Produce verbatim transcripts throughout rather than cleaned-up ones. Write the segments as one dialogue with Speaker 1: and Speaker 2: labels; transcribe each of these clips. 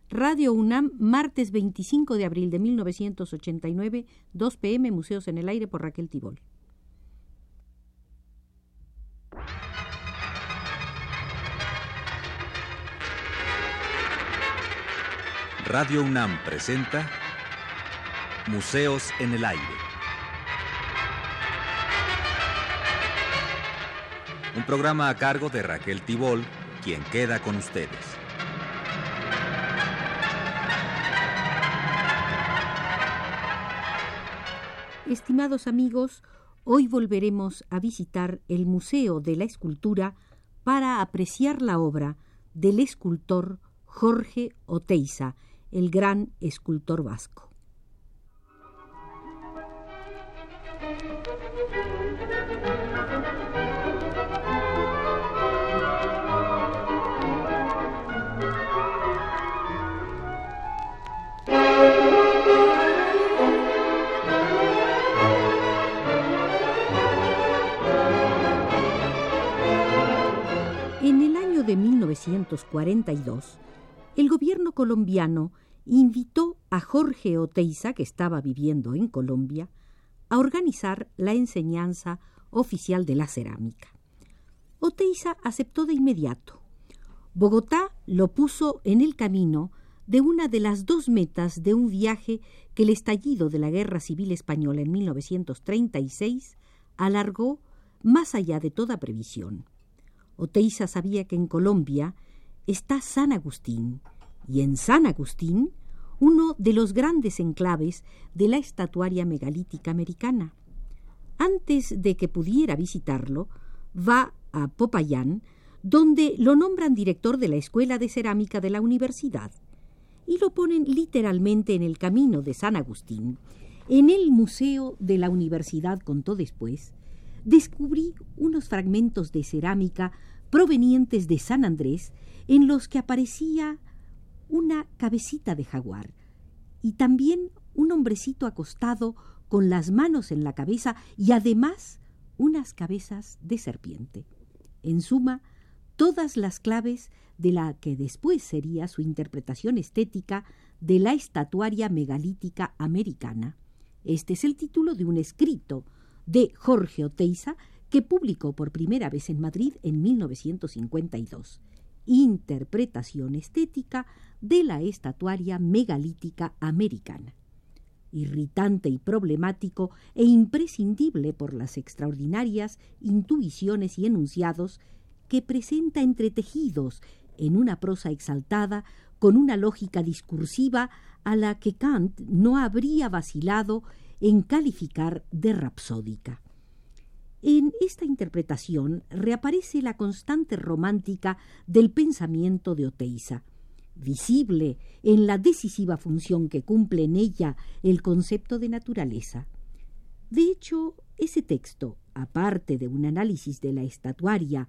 Speaker 1: Radio UNAM, martes veinticinco de abril de mil novecientos ochenta y nueve, dos pe eme, Museos en el Aire, por Raquel Tibol.
Speaker 2: Radio UNAM presenta Museos en el Aire. Un programa a cargo de Raquel Tibol, quien queda con ustedes.
Speaker 1: Estimados amigos, hoy volveremos a visitar el Museo de la Escultura para apreciar la obra del escultor Jorge Oteiza, el gran escultor vasco. En el año de mil novecientos cuarenta y dos, el gobierno colombiano invitó a Jorge Oteiza, que estaba viviendo en Colombia, a organizar la enseñanza oficial de la cerámica. Oteiza aceptó de inmediato. Bogotá lo puso en el camino de una de las dos metas de un viaje que el estallido de la Guerra Civil Española en mil novecientos treinta y seis alargó más allá de toda previsión. Oteiza sabía que en Colombia está San Agustín, y en San Agustín, uno de los grandes enclaves de la estatuaria megalítica americana. Antes de que pudiera visitarlo, va a Popayán, donde lo nombran director de la Escuela de Cerámica de la universidad, y lo ponen literalmente en el camino de San Agustín. En el Museo de la Universidad, contó después, descubrí unos fragmentos de cerámica provenientes de San Andrés en los que aparecía una cabecita de jaguar y también un hombrecito acostado con las manos en la cabeza y además unas cabezas de serpiente. En suma, todas las claves de la que después sería su interpretación estética de la estatuaria megalítica americana. Este es el título de un escrito de Jorge Oteiza que publicó por primera vez en Madrid en mil novecientos cincuenta y dos. Interpretación estética de la estatuaria megalítica americana. Irritante y problemático e imprescindible por las extraordinarias intuiciones y enunciados que presenta entretejidos en una prosa exaltada con una lógica discursiva a la que Kant no habría vacilado en calificar de rapsódica. En esta interpretación reaparece la constante romántica del pensamiento de Oteiza, visible en la decisiva función que cumple en ella el concepto de naturaleza. De hecho, ese texto, aparte de un análisis de la estatuaria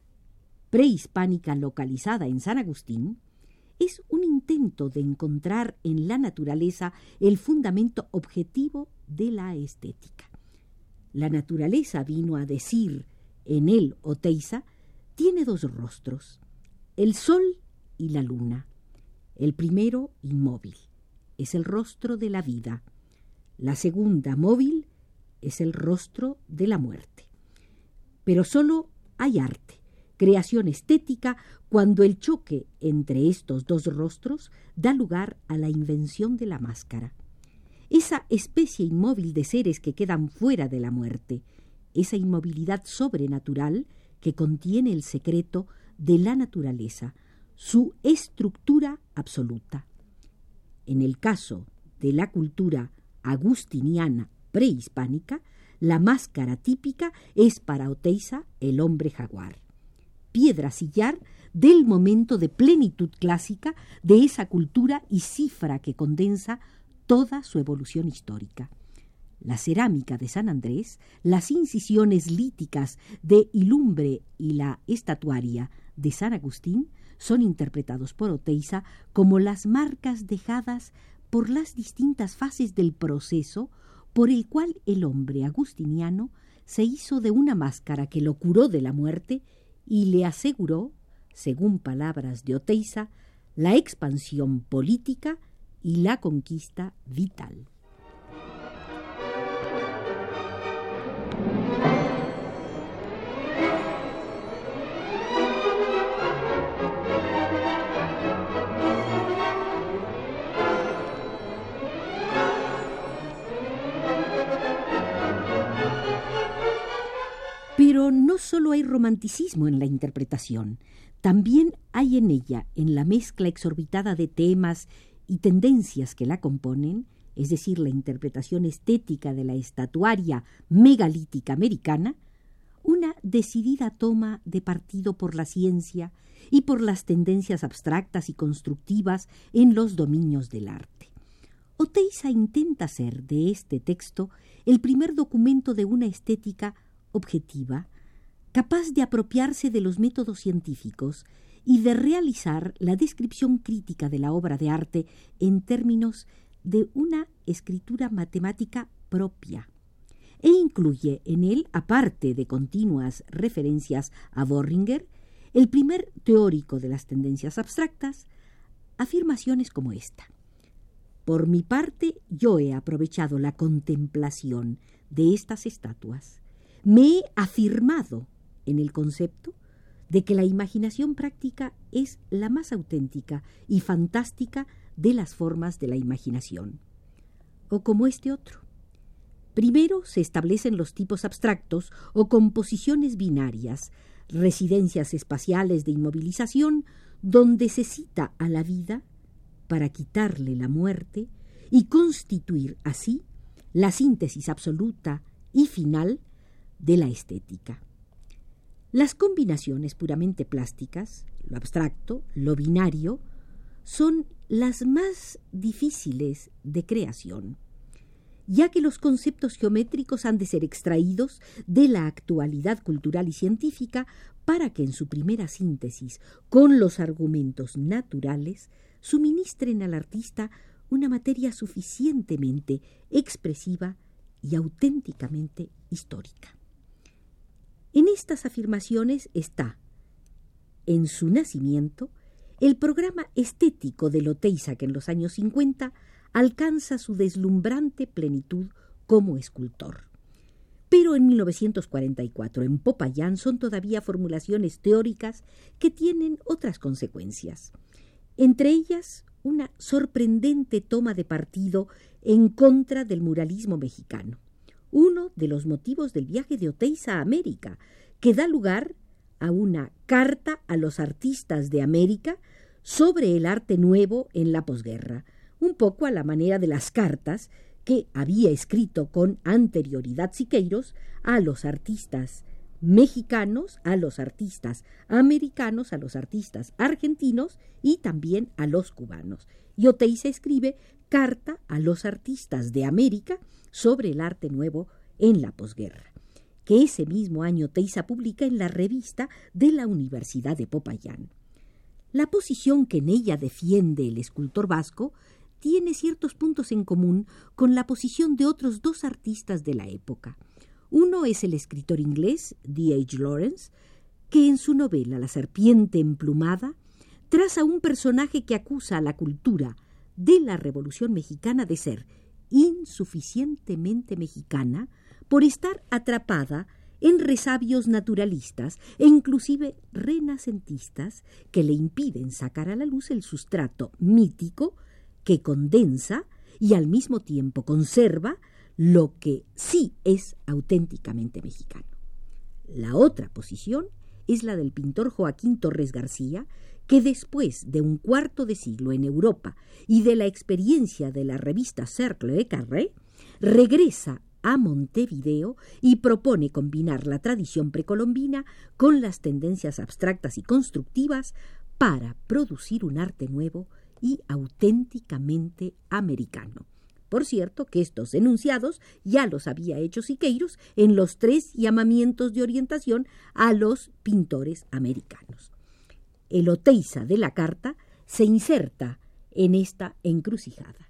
Speaker 1: prehispánica localizada en San Agustín, es un intento de encontrar en la naturaleza el fundamento objetivo de la estética. La naturaleza, vino a decir en él Oteiza, tiene dos rostros, el sol y la luna. El primero, inmóvil, es el rostro de la vida. La segunda, móvil, es el rostro de la muerte. Pero solo hay arte, creación estética, cuando el choque entre estos dos rostros da lugar a la invención de la máscara. Esa especie inmóvil de seres que quedan fuera de la muerte, esa inmovilidad sobrenatural que contiene el secreto de la naturaleza, su estructura absoluta. En el caso de la cultura agustiniana prehispánica, la máscara típica es para Oteiza el hombre jaguar, piedra sillar del momento de plenitud clásica de esa cultura y cifra que condensa toda su evolución histórica. La cerámica de San Andrés, las incisiones líticas de Ilumbre y la estatuaria de San Agustín son interpretados por Oteiza como las marcas dejadas por las distintas fases del proceso por el cual el hombre agustiniano se hizo de una máscara que lo curó de la muerte y le aseguró, según palabras de Oteiza, la expansión política y la conquista vital. Pero no solo hay romanticismo en la interpretación, también hay en ella, en la mezcla exorbitada de temas y tendencias que la componen, es decir, la interpretación estética de la estatuaria megalítica americana, una decidida toma de partido por la ciencia y por las tendencias abstractas y constructivas en los dominios del arte. Oteiza intenta hacer de este texto el primer documento de una estética objetiva, capaz de apropiarse de los métodos científicos y de realizar la descripción crítica de la obra de arte en términos de una escritura matemática propia, e incluye en él, aparte de continuas referencias a Boehringer, el primer teórico de las tendencias abstractas, afirmaciones como esta: por mi parte, yo he aprovechado la contemplación de estas estatuas. Me he afirmado en el concepto de que la imaginación práctica es la más auténtica y fantástica de las formas de la imaginación. O como este otro. Primero se establecen los tipos abstractos o composiciones binarias, residencias espaciales de inmovilización, donde se cita a la vida para quitarle la muerte y constituir así la síntesis absoluta y final de la estética. Las combinaciones puramente plásticas, lo abstracto, lo binario, son las más difíciles de creación, ya que los conceptos geométricos han de ser extraídos de la actualidad cultural y científica para que en su primera síntesis con los argumentos naturales suministren al artista una materia suficientemente expresiva y auténticamente histórica. En estas afirmaciones está, en su nacimiento, el programa estético de Oteiza, que en los años cincuenta alcanza su deslumbrante plenitud como escultor. Pero en mil novecientos cuarenta y cuatro, en Popayán, son todavía formulaciones teóricas que tienen otras consecuencias. Entre ellas, una sorprendente toma de partido en contra del muralismo mexicano, uno de los motivos del viaje de Oteiza a América, que da lugar a una carta a los artistas de América sobre el arte nuevo en la posguerra, un poco a la manera de las cartas que había escrito con anterioridad Siqueiros a los artistas mexicanos, a los artistas americanos, a los artistas argentinos y también a los cubanos. Y Oteiza escribe carta a los artistas de América sobre el arte nuevo en la posguerra, que ese mismo año Oteiza publica en la revista de la Universidad de Popayán. La posición que en ella defiende el escultor vasco tiene ciertos puntos en común con la posición de otros dos artistas de la época. Uno es el escritor inglés D H Lawrence, que en su novela La serpiente emplumada traza un personaje que acusa a la cultura de la Revolución Mexicana de ser insuficientemente mexicana por estar atrapada en resabios naturalistas e inclusive renacentistas que le impiden sacar a la luz el sustrato mítico que condensa y al mismo tiempo conserva lo que sí es auténticamente mexicano. La otra posición es la del pintor Joaquín Torres García, que después de un cuarto de siglo en Europa y de la experiencia de la revista Cercle de Carré, regresa a Montevideo y propone combinar la tradición precolombina con las tendencias abstractas y constructivas para producir un arte nuevo y auténticamente americano. Por cierto, que estos enunciados ya los había hecho Siqueiros en los tres llamamientos de orientación a los pintores americanos. El Oteiza de la carta se inserta en esta encrucijada.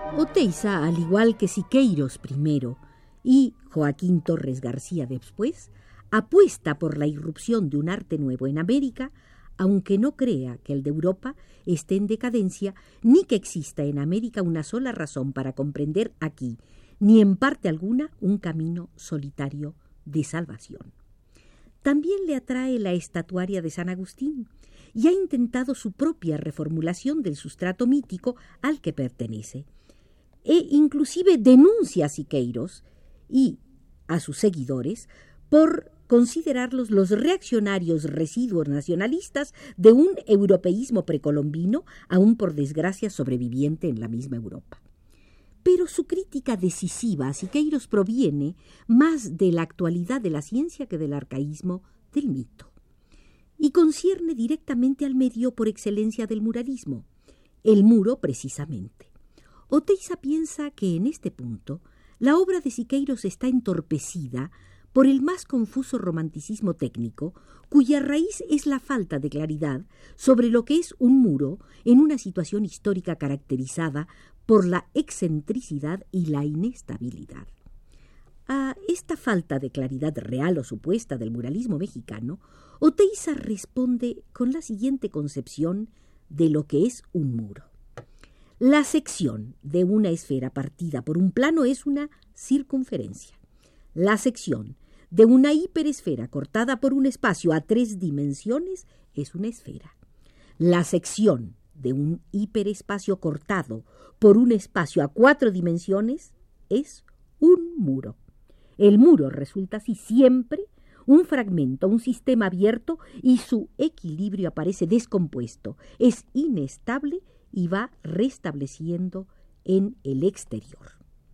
Speaker 1: Oteiza, al igual que Siqueiros primero y Joaquín Torres García después, apuesta por la irrupción de un arte nuevo en América, aunque no crea que el de Europa esté en decadencia, ni que exista en América una sola razón para comprender aquí, ni en parte alguna, un camino solitario de salvación. También le atrae la estatuaria de San Agustín y ha intentado su propia reformulación del sustrato mítico al que pertenece, e inclusive denuncia a Siqueiros y a sus seguidores por considerarlos los reaccionarios residuos nacionalistas de un europeísmo precolombino, aún por desgracia sobreviviente en la misma Europa. Pero su crítica decisiva a Siqueiros proviene más de la actualidad de la ciencia que del arcaísmo del mito, y concierne directamente al medio por excelencia del muralismo, el muro precisamente. Oteiza piensa que en este punto la obra de Siqueiros está entorpecida por el más confuso romanticismo técnico, cuya raíz es la falta de claridad sobre lo que es un muro en una situación histórica caracterizada por la excentricidad y la inestabilidad. A esta falta de claridad real o supuesta del muralismo mexicano, Oteiza responde con la siguiente concepción de lo que es un muro. La sección de una esfera partida por un plano es una circunferencia. La sección de una hiperesfera cortada por un espacio a tres dimensiones es una esfera. La sección de un hiperespacio cortado por un espacio a cuatro dimensiones es un muro. El muro resulta así siempre un fragmento, un sistema abierto, y su equilibrio aparece descompuesto, es inestable y va restableciendo en el exterior.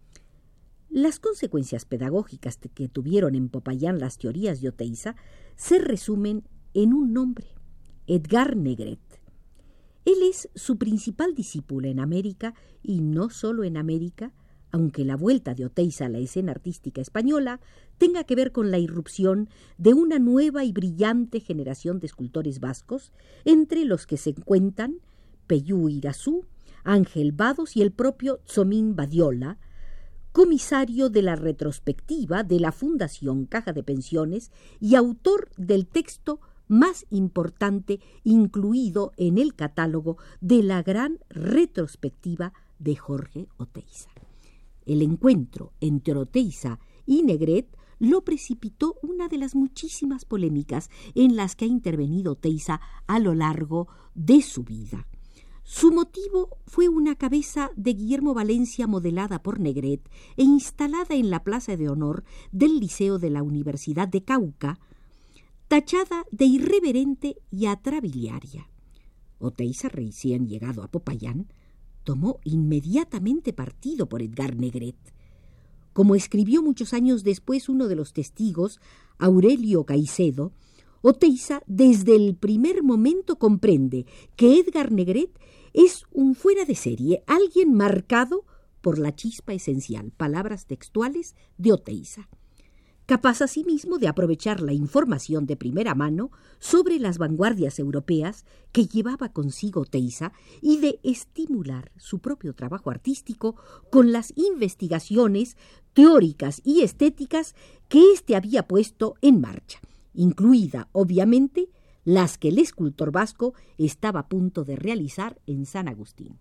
Speaker 1: Las consecuencias pedagógicas que tuvieron en Popayán las teorías de Oteiza se resumen en un nombre: Edgar Negret. Él es su principal discípulo en América, y no solo en América, aunque la vuelta de Oteiza a la escena artística española tenga que ver con la irrupción de una nueva y brillante generación de escultores vascos, entre los que se cuentan Peyú Irazú, Ángel Vados y el propio Tzomín Badiola, comisario de la retrospectiva de la Fundación Caja de Pensiones y autor del texto más importante incluido en el catálogo de la gran retrospectiva de Jorge Oteiza. El encuentro entre Oteiza y Negret lo precipitó una de las muchísimas polémicas en las que ha intervenido Oteiza a lo largo de su vida. Su motivo fue una cabeza de Guillermo Valencia modelada por Negret e instalada en la Plaza de Honor del Liceo de la Universidad de Cauca, tachada de irreverente y atrabiliaria. Oteiza, recién llegado a Popayán, tomó inmediatamente partido por Edgar Negret. Como escribió muchos años después uno de los testigos, Aurelio Caicedo, Oteiza desde el primer momento comprende que Edgar Negret es un fuera de serie, alguien marcado por la chispa esencial, palabras textuales de Oteiza, capaz asimismo de aprovechar la información de primera mano sobre las vanguardias europeas que llevaba consigo Oteiza y de estimular su propio trabajo artístico con las investigaciones teóricas y estéticas que éste había puesto en marcha, incluida, obviamente, las que el escultor vasco estaba a punto de realizar en San Agustín.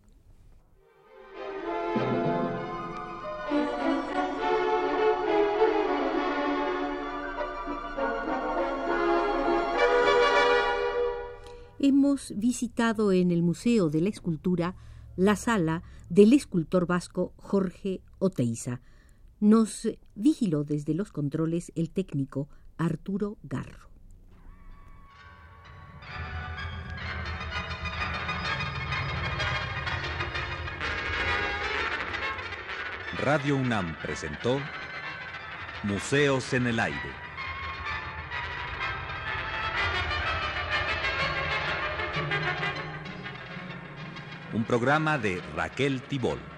Speaker 1: Hemos visitado en el Museo de la Escultura la sala del escultor vasco Jorge Oteiza. Nos vigiló desde los controles el técnico Arturo Garro.
Speaker 2: Radio UNAM presentó Museos en el Aire. Un programa de Raquel Tibol.